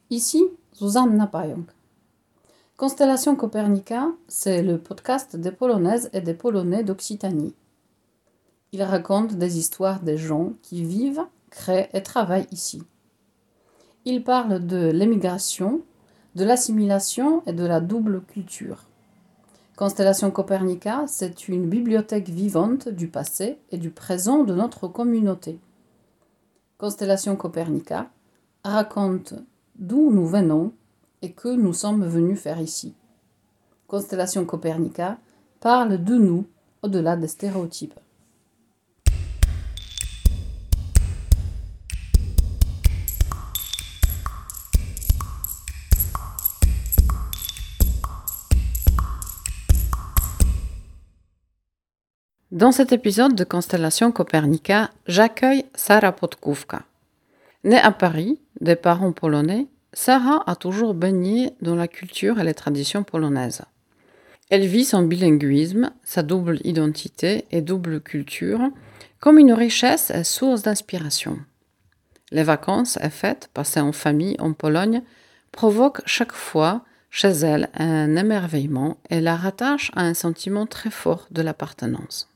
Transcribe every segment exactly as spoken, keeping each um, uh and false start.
Ici, Zuzanna Pająk. Constellation Copernica, c'est le podcast des Polonaises et des Polonais d'Occitanie. Il raconte des histoires des gens qui vivent, créent et travaillent ici. Il parle de l'émigration, de l'assimilation et de la double culture. Constellation Copernica, c'est une bibliothèque vivante du passé et du présent de notre communauté. Constellation Copernica raconte d'où nous venons et que nous sommes venus faire ici. Constellation Copernica parle de nous au-delà des stéréotypes. Dans cet épisode de Constellation Copernica, j'accueille Sara Podkówka. Née à Paris, des parents polonais, Sara a toujours baigné dans la culture et les traditions polonaises. Elle vit son bilinguisme, sa double identité et double culture comme une richesse et source d'inspiration. Les vacances et fêtes passées en famille en Pologne provoquent chaque fois chez elle un émerveillement et la rattachent à un sentiment très fort de l'appartenance.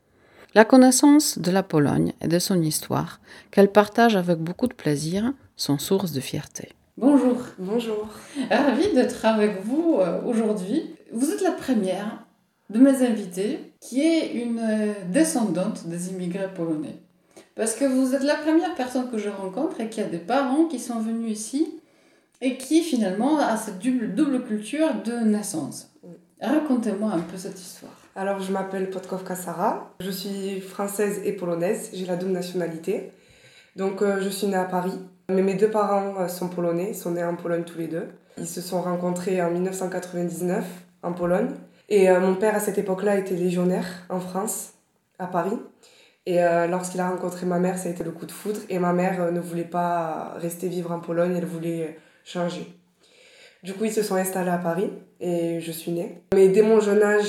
La connaissance de la Pologne et de son histoire, qu'elle partage avec beaucoup de plaisir, sont source de fierté. Bonjour. Bonjour. Ravie d'être avec vous aujourd'hui. Vous êtes la première de mes invités qui est une descendante des immigrés polonais. Parce que vous êtes la première personne que je rencontre et qui a des parents qui sont venus ici et qui finalement a cette double, double culture de naissance. Racontez-moi un peu cette histoire. Alors, je m'appelle Podkówka Sara. Je suis française et polonaise. J'ai la double nationalité. Donc, euh, je suis née à Paris. Mais mes deux parents euh, sont polonais. Ils sont nés en Pologne tous les deux. Ils se sont rencontrés en dix-neuf cent quatre-vingt-dix-neuf en Pologne. Et euh, mon père, à cette époque-là, était légionnaire en France, à Paris. Et euh, lorsqu'il a rencontré ma mère, ça a été le coup de foudre. Et ma mère euh, ne voulait pas rester vivre en Pologne. Elle voulait changer. Du coup, ils se sont installés à Paris et je suis née. Mais dès mon jeune âge,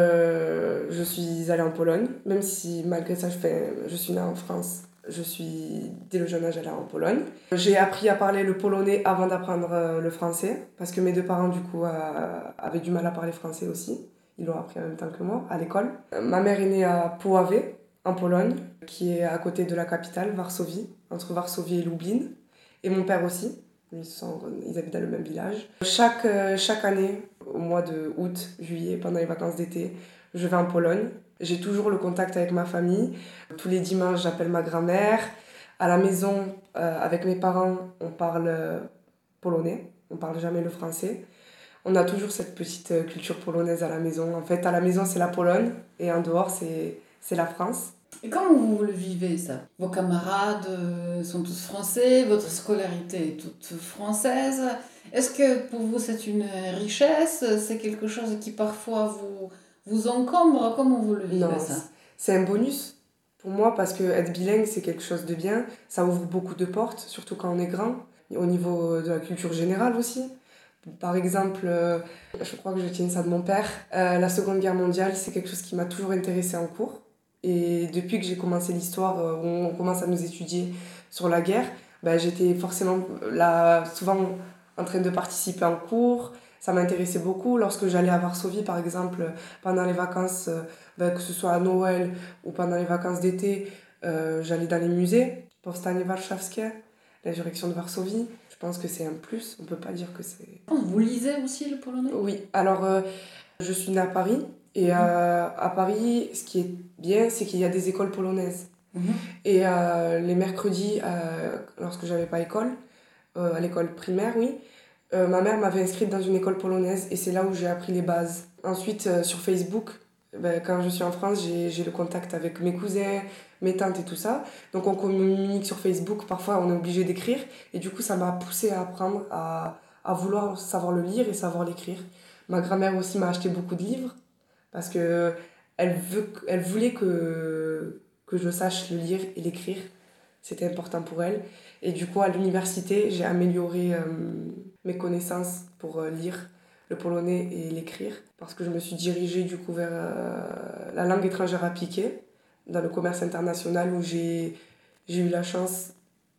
euh, je suis allée en Pologne. Même si malgré ça, je, fais, je suis née en France, je suis dès le jeune âge allée en Pologne. J'ai appris à parler le polonais avant d'apprendre le français. Parce que mes deux parents, du coup, euh, avaient du mal à parler français aussi. Ils l'ont appris en même temps que moi, à l'école. Ma mère est née à Puławy, en Pologne, qui est à côté de la capitale, Varsovie, entre Varsovie et Lublin. Et mon père aussi. Ils, sont, ils habitent dans le même village. Chaque, chaque année, au mois de août, juillet, pendant les vacances d'été, je vais en Pologne. J'ai toujours le contact avec ma famille. Tous les dimanches, j'appelle ma grand-mère. À la maison, euh, avec mes parents, on parle polonais. On ne parle jamais le français. On a toujours cette petite culture polonaise à la maison. En fait, à la maison, c'est la Pologne. Et en dehors, c'est, c'est la France. Et comment vous le vivez, ça ? Vos camarades sont tous français, votre scolarité est toute française. Est-ce que pour vous c'est une richesse ? C'est quelque chose qui parfois vous, vous encombre ? Comment vous le vivez, non, ça ? C'est un bonus pour moi parce que être bilingue, c'est quelque chose de bien. Ça ouvre beaucoup de portes, surtout quand on est grand. Au niveau de la culture générale aussi. Par exemple, euh, je crois que je tiens ça de mon père. Euh, la Seconde Guerre mondiale, c'est quelque chose qui m'a toujours intéressée en cours. Et depuis que j'ai commencé l'histoire, euh, où on commence à nous étudier sur la guerre, ben, j'étais forcément là, souvent en train de participer en cours. Ça m'intéressait beaucoup. Lorsque j'allais à Varsovie, par exemple, pendant les vacances, euh, ben, que ce soit à Noël ou pendant les vacances d'été, euh, j'allais dans les musées. Powstanie Warszawskie, l'insurrection de Varsovie. Je pense que c'est un plus, on ne peut pas dire que c'est... Vous lisez aussi le polonais ? Oui, alors euh, je suis née à Paris et euh, à Paris, ce qui est bien, c'est qu'il y a des écoles polonaises. Mm-hmm. Et euh, les mercredis, euh, lorsque j'avais pas école, euh, à l'école primaire, oui, euh, ma mère m'avait inscrite dans une école polonaise et c'est là où j'ai appris les bases. Ensuite, euh, sur Facebook, ben, quand je suis en France, j'ai, j'ai le contact avec mes cousins, mes tantes et tout ça. Donc on communique sur Facebook, parfois on est obligé d'écrire. Et du coup, ça m'a poussée à apprendre à, à vouloir savoir le lire et savoir l'écrire. Ma grand-mère aussi m'a acheté beaucoup de livres parce que elle, veut, elle voulait que, que je sache le lire et l'écrire. C'était important pour elle. Et du coup, à l'université, j'ai amélioré euh, mes connaissances pour euh, lire le polonais et l'écrire parce que je me suis dirigée du coup vers euh, la langue étrangère appliquée dans le commerce international où j'ai, j'ai eu la chance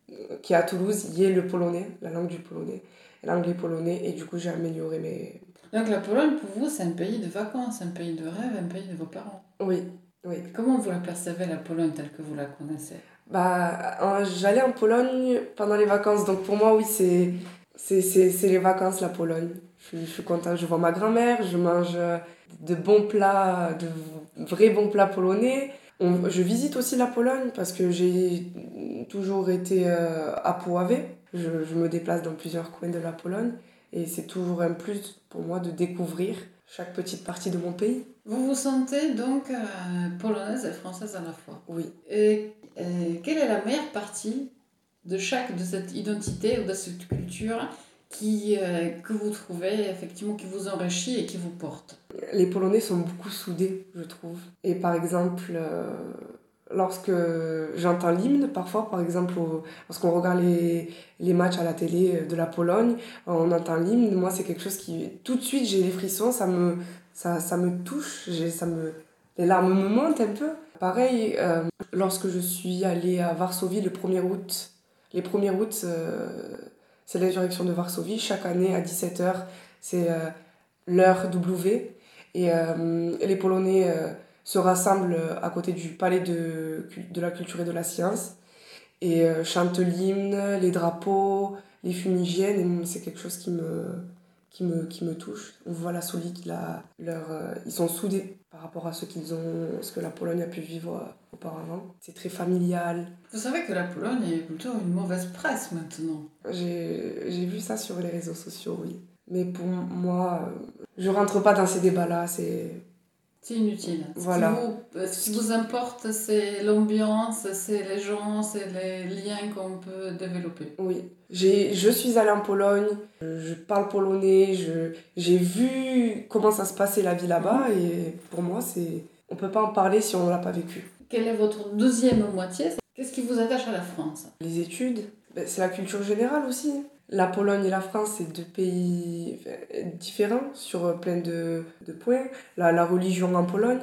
qui est à Toulouse, il y ait le polonais, la langue du polonais, l'anglais polonais, et du coup j'ai amélioré mes... Donc la Pologne, pour vous, c'est un pays de vacances, un pays de rêve, un pays de vos parents. Oui, oui. Comment vous la percevez, la Pologne, telle que vous la connaissez? Bah, euh, j'allais en Pologne pendant les vacances, donc pour moi, oui, c'est, c'est, c'est, c'est les vacances, la Pologne. Je, je suis contente, je vois ma grand-mère, je mange de bons plats, de vrais bons plats polonais. On- je visite aussi la Pologne parce que j'ai toujours été euh, à Puławy. Je, je me déplace dans plusieurs coins de la Pologne et c'est toujours un plus pour moi de découvrir chaque petite partie de mon pays. Vous vous sentez donc euh, polonaise et française à la fois. Oui. Et, et quelle est la meilleure partie de chaque de cette identité ou de cette culture qui, euh, que vous trouvez effectivement qui vous enrichit et qui vous porte? Les Polonais sont beaucoup soudés, je trouve. Et par exemple, euh, lorsque j'entends l'hymne, parfois, par exemple, au- lorsqu'on regarde les, les matchs à la télé de la Pologne, on entend l'hymne, moi, c'est quelque chose qui... Tout de suite, j'ai les frissons, ça me, ça, ça me touche, j'ai, ça me, les larmes me montent un peu. Pareil, euh, lorsque je suis allée à Varsovie le premier août, les premiers août, euh, c'est l'insurrection de Varsovie, chaque année à dix-sept heures, c'est euh, l'heure W. Et euh, les Polonais euh, se rassemblent à côté du palais de, de la culture et de la science et euh, chantent l'hymne, les drapeaux, les fumigènes. Et c'est quelque chose qui me, qui me, qui me touche. On voit la solide, la, leur, euh, ils sont soudés par rapport à ce, qu'ils ont, ce que la Pologne a pu vivre euh, auparavant. C'est très familial. Vous savez que la Pologne est plutôt une mauvaise presse maintenant. J'ai, j'ai vu ça sur les réseaux sociaux, oui. Mais pour moi, euh, je rentre pas dans ces débats-là. C'est... C'est inutile. Voilà. Ce qui vous, ce qui vous importe, c'est l'ambiance, c'est les gens, c'est les liens qu'on peut développer. Oui. J'ai, je suis allée en Pologne, je parle polonais, je, j'ai vu comment ça se passait la vie là-bas et pour moi, c'est, on peut pas en parler si on l'a pas vécu. Quelle est votre deuxième moitié? Qu'est-ce qui vous attache à la France? Les études, ben, c'est la culture générale aussi. La Pologne et la France, c'est deux pays enfin, différents sur plein de, de points. La, la religion en Pologne,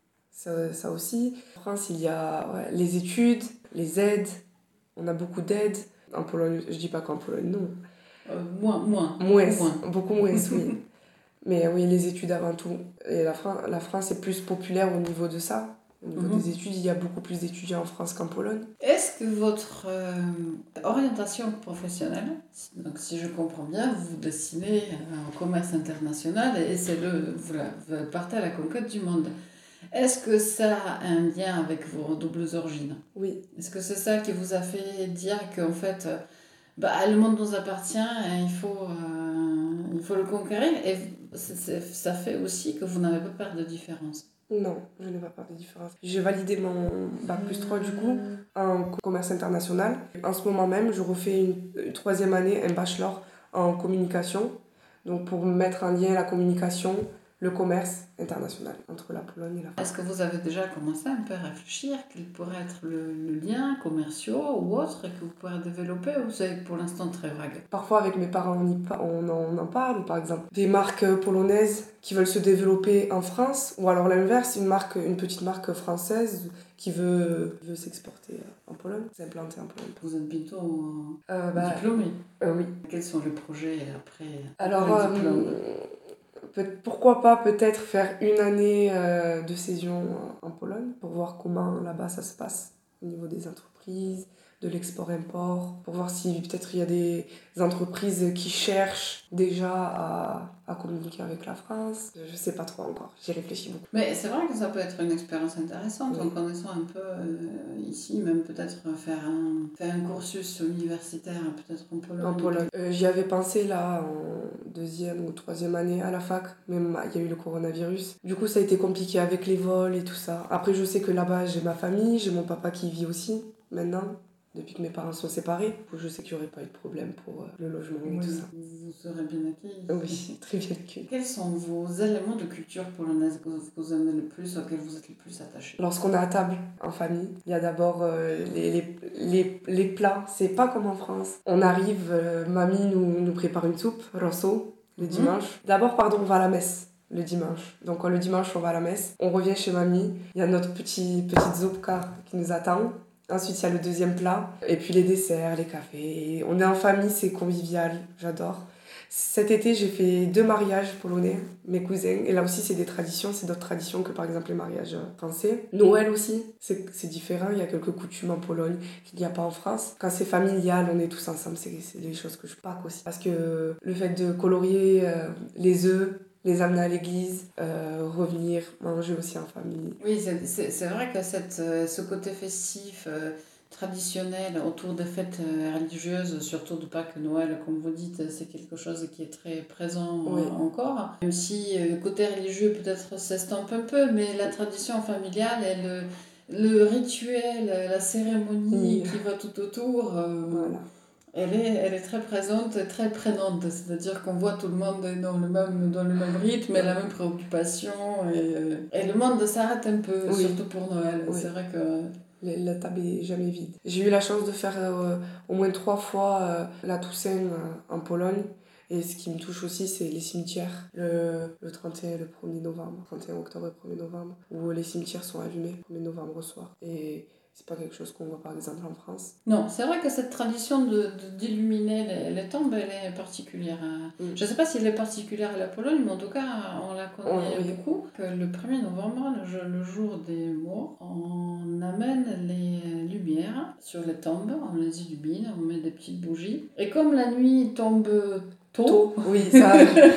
ça, ça aussi. En France, il y a ouais, les études, les aides. On a beaucoup d'aides. En Pologne, je dis pas qu'en Pologne, non. Euh, moins, moins. Moins, moins. beaucoup moins, oui. Mais oui, les études avant tout. Et la, Fran- la France est plus populaire au niveau de ça. Au niveau Mhm. des études, il y a beaucoup plus d'étudiants en France qu'en Pologne. Est-ce que votre euh, orientation professionnelle, donc si je comprends bien, vous vous destinez au commerce international et c'est le, voilà, vous partez à la conquête du monde. Est-ce que ça a un lien avec vos doubles origines? Oui. Est-ce que c'est ça qui vous a fait dire qu'en fait, euh, bah, le monde nous appartient et il faut, euh, il faut le conquérir? Et c'est- c'est- ça fait aussi que vous n'avez pas peur de différence. Non, je n'ai pas peur des différences. J'ai validé mon bac plus trois du coup en commerce international. En ce moment même, je refais une, une troisième année, un bachelor en communication. Donc pour mettre en lien la communication, le commerce international entre la Pologne et la France. Est-ce que vous avez déjà commencé un peu à réfléchir quel pourrait être le, le lien commerciaux ou autre que vous pourrez développer ou c'est pour l'instant très vague? Parfois avec mes parents on, y pa- on, en, on en parle, par exemple des marques polonaises qui veulent se développer en France ou alors l'inverse, une, marque, une petite marque française qui veut, veut s'exporter en Pologne, s'implanter en Pologne. Vous êtes bientôt euh, Euh, bah, diplômé. euh, oui. Quels sont les projets après, Alors, après le diplôme? euh, peut- pourquoi pas peut-être faire une année euh, de céssion en Pologne pour voir comment là-bas ça se passe au niveau des entreprises, de l'export-import, pour voir si peut-être il y a des entreprises qui cherchent déjà à, à communiquer avec la France. Je sais pas trop encore, j'y réfléchis beaucoup. Mais c'est vrai que ça peut être une expérience intéressante Oui. en connaissant un peu euh, ici, même peut-être faire un, faire un cursus universitaire, peut-être en Pologne. En Pologne. Euh, j'y avais pensé là en deuxième ou troisième année à la fac, mais il y a eu le coronavirus. Du coup, ça a été compliqué avec les vols et tout ça. Après, je sais que là-bas, j'ai ma famille, j'ai mon papa qui y vit aussi maintenant, depuis que mes parents sont séparés. Je sais qu'il n'y aurait pas eu de problème pour euh, le logement et Oui, tout ça. vous serez bien accueillis. Oui, très bien accueilli. Quels sont vos éléments de culture polonaise que vous, vous aimez le plus, auxquels vous êtes le plus attaché? Lorsqu'on est à table en famille, il y a d'abord euh, les, les, les, les plats. C'est pas comme en France. On arrive, euh, mamie nous, nous prépare une soupe, rosso, le dimanche. Mmh. D'abord, pardon, on va à la messe le dimanche. Donc le dimanche, on va à la messe. On revient chez mamie. Il y a notre petit, petite zupka qui nous attend. Ensuite, il y a le deuxième plat. Et puis les desserts, les cafés. Et on est en famille, c'est convivial. J'adore. Cet été, j'ai fait deux mariages polonais, mes cousins. Et là aussi, c'est des traditions. C'est d'autres traditions que par exemple les mariages français. Noël aussi, c'est, c'est différent. Il y a quelques coutumes en Pologne qu'il n'y a pas en France. Quand c'est familial, on est tous ensemble. C'est, c'est des choses que je parle aussi. Parce que le fait de colorier euh, les œufs, les amener à l'église, euh, revenir, manger aussi en famille. Oui, c'est, c'est, c'est vrai que cette, euh, ce côté festif, euh, traditionnel, autour des fêtes euh, religieuses, surtout de Pâques, Noël, comme vous dites, c'est quelque chose qui est très présent Oui. euh, encore. Même si euh, le côté religieux peut-être s'estompe un peu, mais la tradition familiale et le, le rituel, la cérémonie Oui. qui va tout autour... euh, Voilà. Elle est, elle est très présente et très prenante, c'est-à-dire qu'on voit tout le monde dans le même, dans le même rythme et la même préoccupation. Et, et le monde s'arrête un peu, Oui. surtout pour Noël. Oui. C'est vrai que... La table est jamais vide. J'ai eu la chance de faire euh, au moins trois fois euh, la Toussaint euh, en Pologne. Et ce qui me touche aussi, c'est les cimetières. Le, le trente et un et le premier novembre, trente et un octobre et le premier novembre, où les cimetières sont allumés, le premier novembre au soir. Et c'est pas quelque chose qu'on voit par exemple en France. Non, c'est vrai que cette tradition de, de, d'illuminer les, les tombes, elle est particulière. À... Mm. Je ne sais pas si elle est particulière à la Pologne, mais en tout cas, on la connaît oh, oui. beaucoup. Que le premier novembre, le, le jour des morts, on amène les lumières sur les tombes, on les illumine, on met des petites bougies. Et comme la nuit tombe... Tôt. Tôt, oui, ça,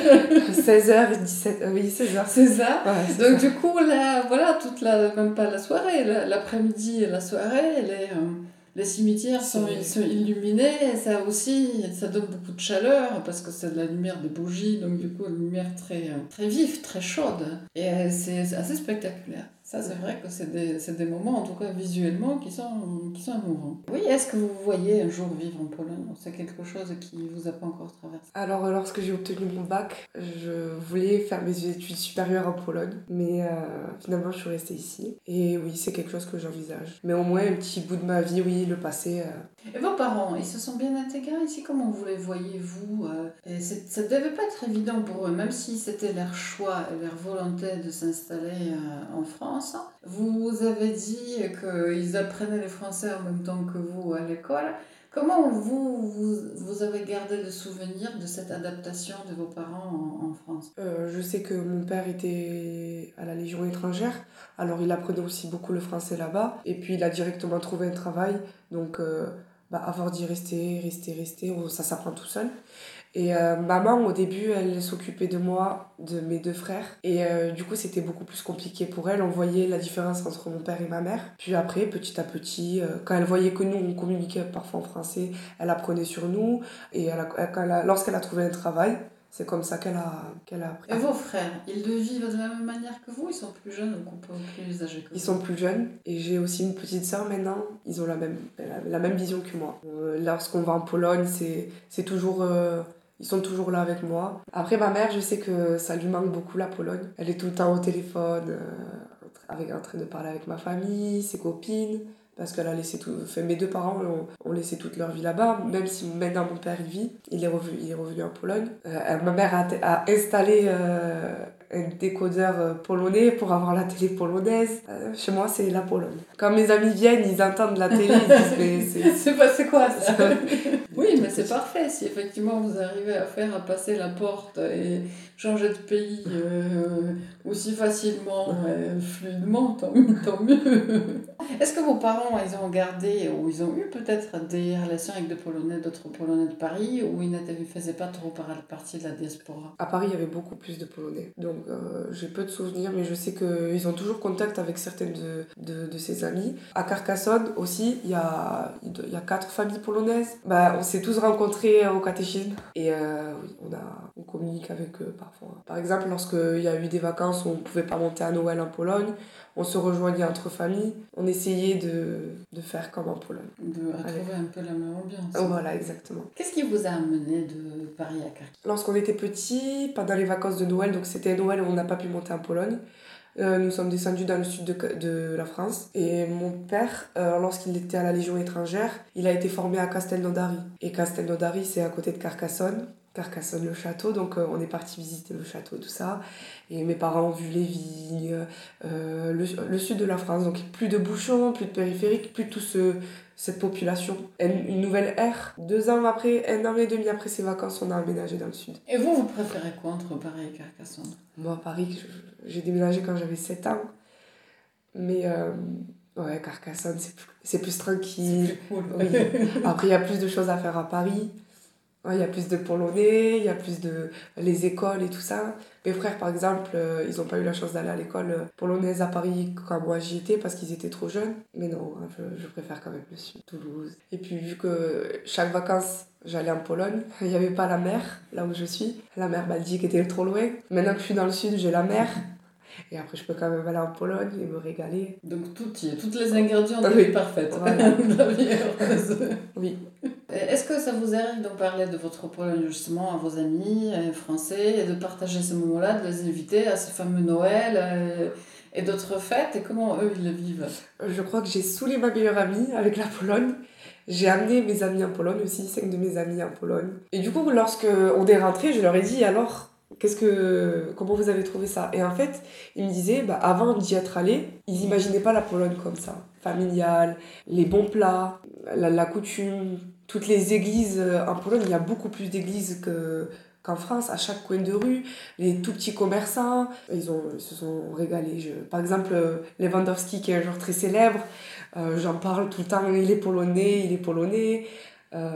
seize heures, dix-sept heures, oui, seize heures. C'est ça. Ouais, c'est Donc ça. du coup, là, voilà, toute la, même pas la soirée, l'après-midi et la soirée, les, euh, les cimetières sont, sont illuminés, et ça aussi, ça donne beaucoup de chaleur, parce que c'est de la lumière des bougies, donc du coup, une lumière très, très vive, très chaude, et euh, c'est assez spectaculaire. Ça, c'est vrai que c'est des, c'est des moments, en tout cas visuellement, qui sont, qui sont émouvants. Oui, est-ce que vous voyez un jour vivre en Pologne ? C'est quelque chose qui ne vous a pas encore traversé ? Alors, lorsque j'ai obtenu mon bac, je voulais faire mes études supérieures en Pologne, mais euh, finalement, je suis restée ici. Et oui, c'est quelque chose que j'envisage. Mais au moins, un petit bout de ma vie, oui, le passé. Euh... Et vos parents, ils se sont bien intégrés ici ? Comment vous les voyez, vous ? Et ça ne devait pas être évident pour eux, même si c'était leur choix et leur volonté de s'installer en France. Vous avez dit qu'ils apprenaient le français en même temps que vous à l'école. Comment vous, vous, vous avez gardé le souvenir de cette adaptation de vos parents en, en France ? euh, Je sais que mon père était à la Légion étrangère, alors il apprenait aussi beaucoup le français là-bas. Et puis il a directement trouvé un travail, donc euh, bah, avoir d'y rester, rester, rester, ça s'apprend tout seul. Et euh, maman, au début, elle s'occupait de moi, de mes deux frères. Et euh, du coup, c'était beaucoup plus compliqué pour elle. On voyait la différence entre mon père et ma mère. Puis après, petit à petit, euh, quand elle voyait que nous, on communiquait parfois en français, elle apprenait sur nous. Et elle a, quand elle a, lorsqu'elle a trouvé un travail, c'est comme ça qu'elle a, qu'elle a appris. Et vos frères, ils vivent de la même manière que vous ? Ils sont plus jeunes ou plus âgés que vous ? Ils sont plus jeunes. Et j'ai aussi une petite sœur maintenant. Ils ont la même, la, la même vision que moi. Euh, lorsqu'on va en Pologne, c'est, c'est toujours... Euh, Ils sont toujours là avec moi. Après, ma mère, je sais que ça lui manque beaucoup, la Pologne. Elle est tout le temps au téléphone, euh, avec, en train de parler avec ma famille, ses copines, parce qu'elle a laissé tout... Enfin, mes deux parents ont, ont laissé toute leur vie là-bas, même si maintenant mon père y vit. Il est revenu, il est revenu en Pologne. Euh, ma mère a, a installé euh, un décodeur polonais pour avoir la télé polonaise. Euh, chez moi, c'est la Pologne. Quand mes amis viennent, ils entendent la télé, ils disent « mais c'est... » C'est pas, c'est quoi ça ? Oui, mais c'est parfait. Si effectivement vous arrivez à faire à passer la porte et changer de pays euh, aussi facilement et fluidement, tant, tant mieux. Est-ce que vos parents, ils ont gardé, ou ils ont eu peut-être des relations avec des Polonais, d'autres Polonais de Paris, ou ils ne faisaient pas trop partie de la diaspora ? À Paris, il y avait beaucoup plus de Polonais. Donc euh, j'ai peu de souvenirs, mais je sais qu'ils ont toujours contact avec certaines de, de, de ses amies. À Carcassonne aussi, il y a, il y a quatre familles polonaises. Bah, on s'est tous rencontrés au catéchisme. Et euh, oui, on, a, on communique avec eux parfois. Par exemple, lorsqu'il y a eu des vacances où on ne pouvait pas monter à Noël en Pologne, on se rejoignait entre familles. On essayait de, de faire comme en Pologne. De retrouver un peu la même ambiance. Oh, voilà, exactement. Qu'est-ce qui vous a amené de Paris à Carcassonne ? Lorsqu'on était petits, pendant les vacances de Noël, donc c'était Noël où on n'a pas pu monter en Pologne, euh, nous sommes descendus dans le sud de, de la France. Et mon père, euh, lorsqu'il était à la Légion étrangère, il a été formé à Castelnaudary. Et Castelnaudary, c'est à côté de Carcassonne. Carcassonne, le château, donc euh, on est parti visiter le château, tout ça. Et mes parents ont vu les vignes, euh, le, le sud de la France, donc plus de bouchons, plus de périphériques, plus tout ce, cette population. Une, une nouvelle ère. Deux ans après, un an et demi après ces vacances, on a aménagé dans le sud. Et vous, vous préférez quoi entre Paris et Carcassonne? Moi, Paris, je- j'ai déménagé quand j'avais sept ans. Mais euh, ouais, Carcassonne, c'est plus, c'est plus tranquille. C'est plus cool. Oui. Après, il y a plus de choses à faire à Paris. Ouais, il y a plus de Polonais, il y a plus de les écoles et tout ça. Mes frères, par exemple, euh, ils n'ont pas eu la chance d'aller à l'école euh, polonaise à Paris quand moi j'y étais parce qu'ils étaient trop jeunes. Mais non, hein, je, je préfère quand même le sud, Toulouse. Et puis, vu que chaque vacances, j'allais en Pologne, il n'y avait pas la mer, là où je suis. La mer Baltique était trop loin. Maintenant que je suis dans le sud, j'ai la mer. Et après, je peux quand même aller en Pologne et me régaler. Donc tout y est, toutes les ingrédients de Oui. vie parfaite. Voilà. La vie heureuse. Oui. Est-ce que ça vous arrive d'en parler de votre Pologne justement à vos amis euh, français et de partager ce moment-là, de les inviter à ce fameux Noël euh, et d'autres fêtes et comment eux ils le vivent? Je crois que j'ai saoulé ma meilleure amie avec la Pologne. J'ai amené mes amis en Pologne aussi, cinq de mes amis en Pologne. Et du coup, lorsque on est rentré, je leur ai dit alors, qu'est-ce que, comment vous avez trouvé ça? Et en fait, ils me disaient, bah, avant d'y être allés, ils n'imaginaient pas la Pologne comme ça, familiale, les bons plats, la, la coutume, toutes les églises. En Pologne, il y a beaucoup plus d'églises que qu'en France, à chaque coin de rue, les tout petits commerçants, ils, ont, ils se sont régalés. Je, par exemple, Lewandowski, qui est un joueur très célèbre, euh, j'en parle tout le temps, il est polonais, il est polonais. Euh,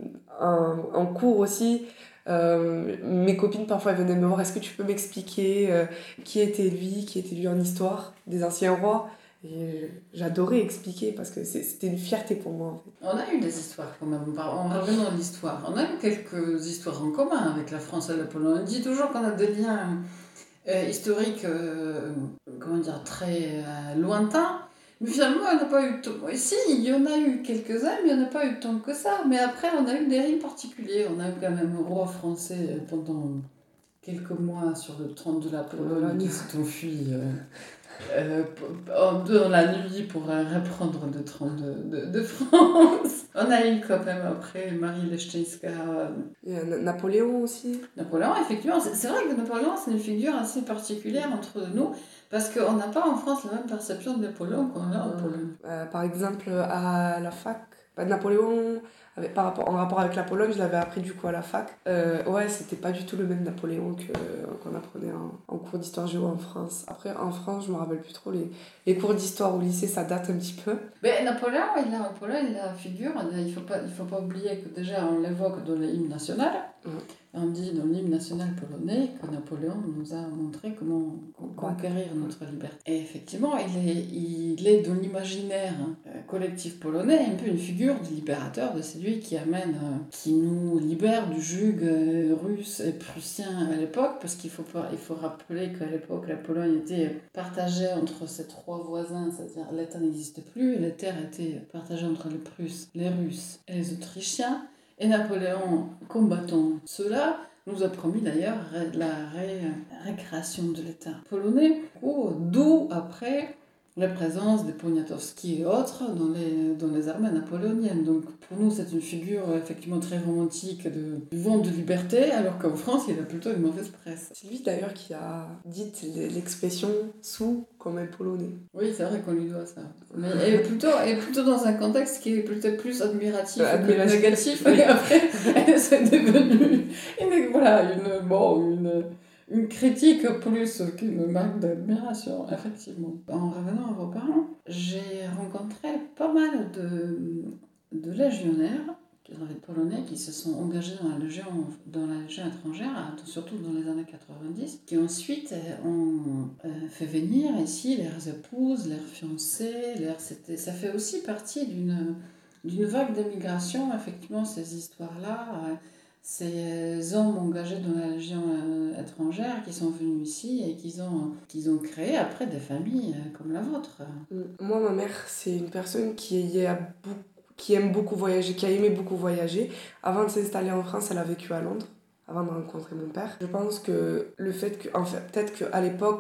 en, en cours aussi, euh, mes copines parfois elles venaient me voir, est-ce que tu peux m'expliquer euh, qui était lui, qui était lui en histoire des anciens rois? Et j'adorais expliquer parce que c'était une fierté pour moi. En fait. On a eu des histoires quand même, en revenant à l'histoire. On a eu quelques histoires en commun avec la France et la Pologne. On dit toujours qu'on a des liens euh, historiques, euh, comment dire, très euh, lointains. Mais finalement, il n'y en a pas eu tant. Si, il y en a eu quelques-uns, mais il n'y en a pas eu tant que ça. Mais après, on a eu des rimes particuliers. On a eu quand même un roi français pendant quelques mois sur le trône de la Pologne qui s'est enfui euh, euh, dans la nuit pour euh, reprendre le trône de, de, de France. On a eu quand même après Marie Leszczyńska. Il y a Napoléon aussi. Napoléon, effectivement. C'est, c'est vrai que Napoléon, c'est une figure assez particulière entre nous. Parce qu'on n'a pas en France la même perception de Napoléon qu'on a en Euh, Pologne. euh, par exemple, à la fac, bah, Napoléon, avec, par rapport, en rapport avec la Pologne, je l'avais appris du coup à la fac. Euh, ouais, c'était pas du tout le même Napoléon que, qu'on apprenait en, en cours d'histoire géo en France. Après, en France, je me rappelle plus trop. Les, les cours d'histoire au lycée, ça date un petit peu. Mais Napoléon, il a en Pologne la figure, il faut pas, il faut pas oublier que déjà on l'évoque dans l'hymne national. Mmh. On dit dans l'hymne national polonais que Napoléon nous a montré comment conquérir notre liberté. Et effectivement, il est, il est dans l'imaginaire collectif polonais un peu une figure du libérateur, de celui qui amène, qui nous libère du joug russe et prussien à l'époque, parce qu'il faut, pas, il faut rappeler qu'à l'époque, la Pologne était partagée entre ses trois voisins, c'est-à-dire l'État n'existe plus, et les terres étaient partagées entre les Prusses, les Russes et les Autrichiens. Et Napoléon, combattant cela, nous a promis d'ailleurs la ré- récréation de l'État polonais, d'où après la présence des Poniatowski et autres dans les, dans les armées napoléoniennes. Donc pour nous, c'est une figure effectivement très romantique de, du vent de liberté, alors qu'en France, il a plutôt une mauvaise presse. C'est lui d'ailleurs qui a dit l'expression « sous » comme un Polonais. Oui, c'est vrai qu'on lui doit ça. Mais et plutôt, et plutôt dans un contexte qui est peut-être plus admiratif euh, que négatif. Et après, c'est devenu une, voilà, une, bon, une, une critique plus qu'une marque d'admiration, effectivement. En revenant à vos parents, j'ai rencontré pas mal de, de légionnaires polonais qui se sont engagés dans la légion, dans la légion étrangère, surtout dans les années quatre-vingt-dix, qui ensuite ont fait venir ici leurs épouses, leurs fiancés, leurs, c'était, ça fait aussi partie d'une, d'une vague d'émigration, effectivement, ces histoires-là. Ces hommes engagés dans la légion étrangère qui sont venus ici et qui ont, qui ont créé après des familles comme la vôtre. Moi, ma mère, c'est une personne qui y a beaucoup qui aime beaucoup voyager, qui a aimé beaucoup voyager. Avant de s'installer en France, elle a vécu à Londres, avant de rencontrer mon père. Je pense que le fait que, en fait, peut-être qu'à l'époque,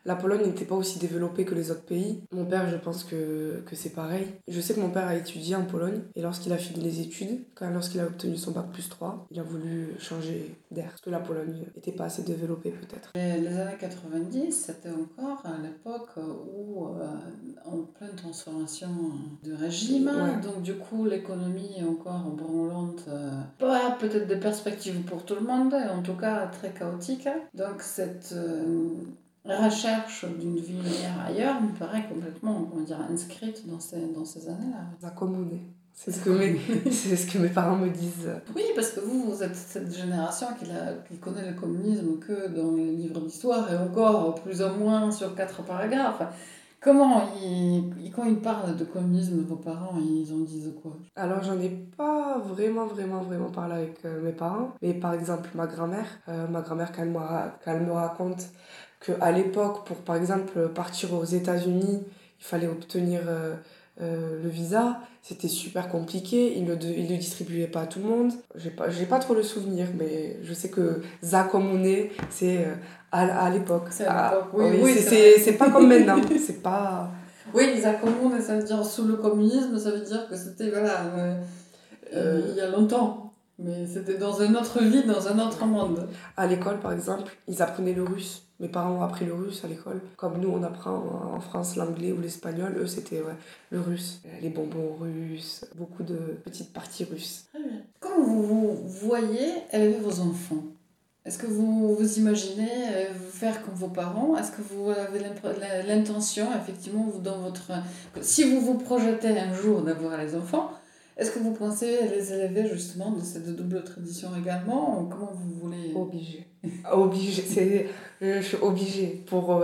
La Pologne n'était pas aussi développée que les autres pays. Mon père, je pense que, que c'est pareil. Je sais que mon père a étudié en Pologne et lorsqu'il a fini les études, quand lorsqu'il a obtenu son bac plus trois, il a voulu changer d'air parce que la Pologne n'était pas assez développée peut-être. Et les années quatre-vingt-dix, c'était encore à l'époque où, euh, en pleine transformation de régime, Ouais. donc du coup l'économie est encore branlante, euh, pas peut-être des perspectives pour tout le monde, en tout cas très chaotique. Donc cette euh, recherche d'une vie meilleure ailleurs me paraît complètement, comment dire, inscrite dans ces, dans ces années-là. Ça communait. C'est ce, que mes, c'est ce que mes parents me disent. Oui, parce que vous, vous êtes cette génération qui, la, qui connaît le communisme que dans les livres d'histoire et encore plus ou moins sur quatre paragraphes. Comment, ils, quand ils parlent de communisme, vos parents, ils en disent quoi? Alors, j'en ai pas vraiment, vraiment, vraiment parlé avec euh, mes parents. Mais par exemple, ma grand-mère, euh, ma grand-mère, quand elle me, quand elle me raconte qu'à l'époque, pour par exemple partir aux États-Unis, il fallait obtenir euh, euh, le visa. C'était super compliqué, il ne le, il le distribuait pas à tout le monde. J'ai pas, j'ai pas trop le souvenir, mais je sais que za comune, c'est euh, à, à l'époque. C'est à l'époque, oui, oui, oui, c'est, c'est, c'est, c'est pas comme maintenant, c'est pas... Oui, za comune, ça veut dire sous le communisme, ça veut dire que c'était, voilà, euh, euh, il y a longtemps. Mais c'était dans une autre vie, dans un autre monde. À l'école, par exemple, ils apprenaient le russe. Mes parents ont appris le russe à l'école. Comme nous, on apprend en France l'anglais ou l'espagnol. Eux, c'était ouais, le russe. Les bonbons russes, beaucoup de petites parties russes. Très bien. Comment vous, vous voyez élever vos enfants? Est-ce que vous vous imaginez faire comme vos parents? Est-ce que vous avez l'intention, effectivement, vous, dans votre... si vous vous projetez un jour d'avoir les enfants, est-ce que vous pensez les élever justement dans cette double tradition également? Ou comment vous voulez... Obligé. Obligé. C'est, je suis obligée pour,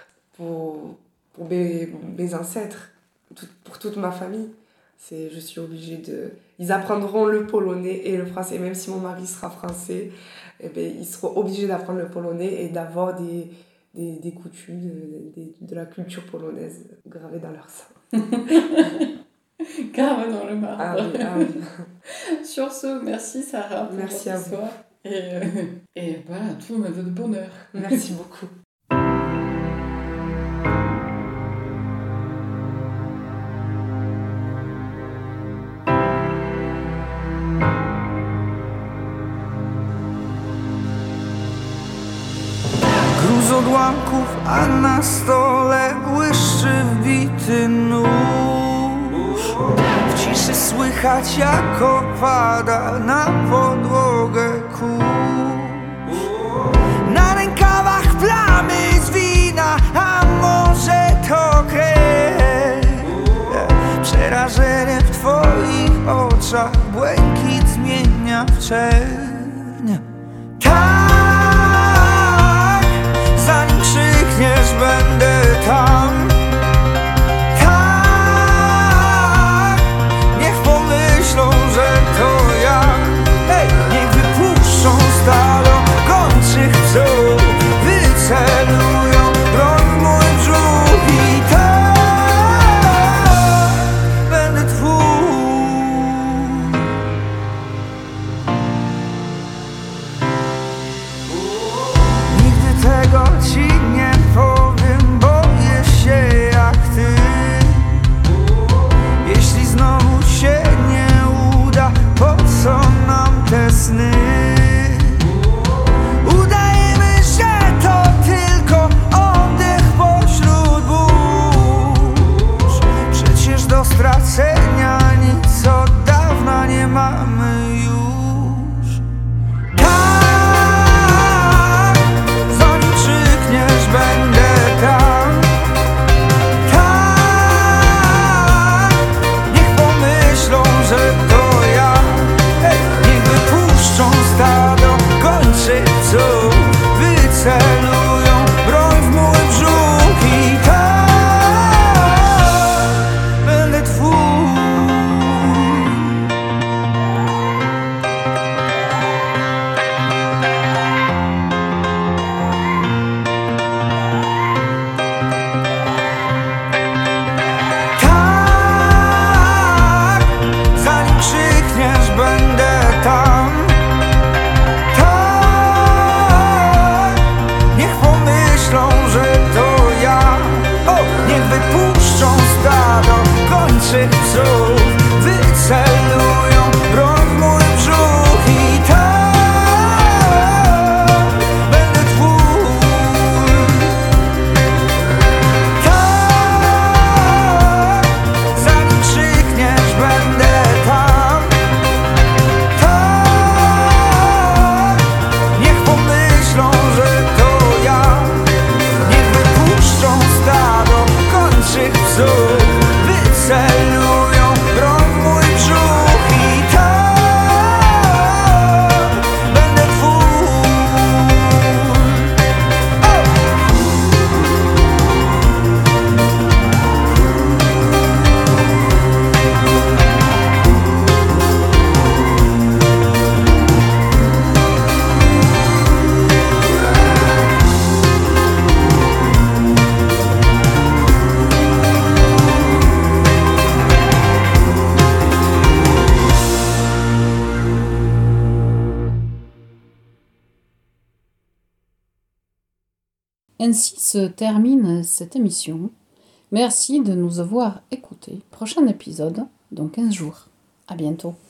pour, pour mes, mes ancêtres, tout, pour toute ma famille. C'est, je suis obligée de... Ils apprendront le polonais et le français. Même si mon mari sera français, eh bien, ils seront obligés d'apprendre le polonais et d'avoir des, des, des coutumes, des, de la culture polonaise gravées dans leur sang. Gravé dans le marbre. Ah oui, ah oui. Sur ce, merci Sarah pour merci votre à histoire. vous. Et, euh, et voilà, tout me veut de bonheur. Merci beaucoup. Gruz odłamków, a na stole błyszczy wbity nóż. W ciszy słychać, jak opada na podłogę kurz. Na rękawach plamy z wina, a może to krew. Przerażenie w twoich oczach błękit zmienia w czerń. Tak, zanim krzykniesz, będę tam. Tak, niech pomyślą, że to ja. Hej, niech wypuszczą stal ogończych psów, wycelują broń w mój brzuch i tak będę twój. Ainsi se termine cette émission. Merci de nous avoir écoutés. Prochain épisode dans quinze jours. À bientôt.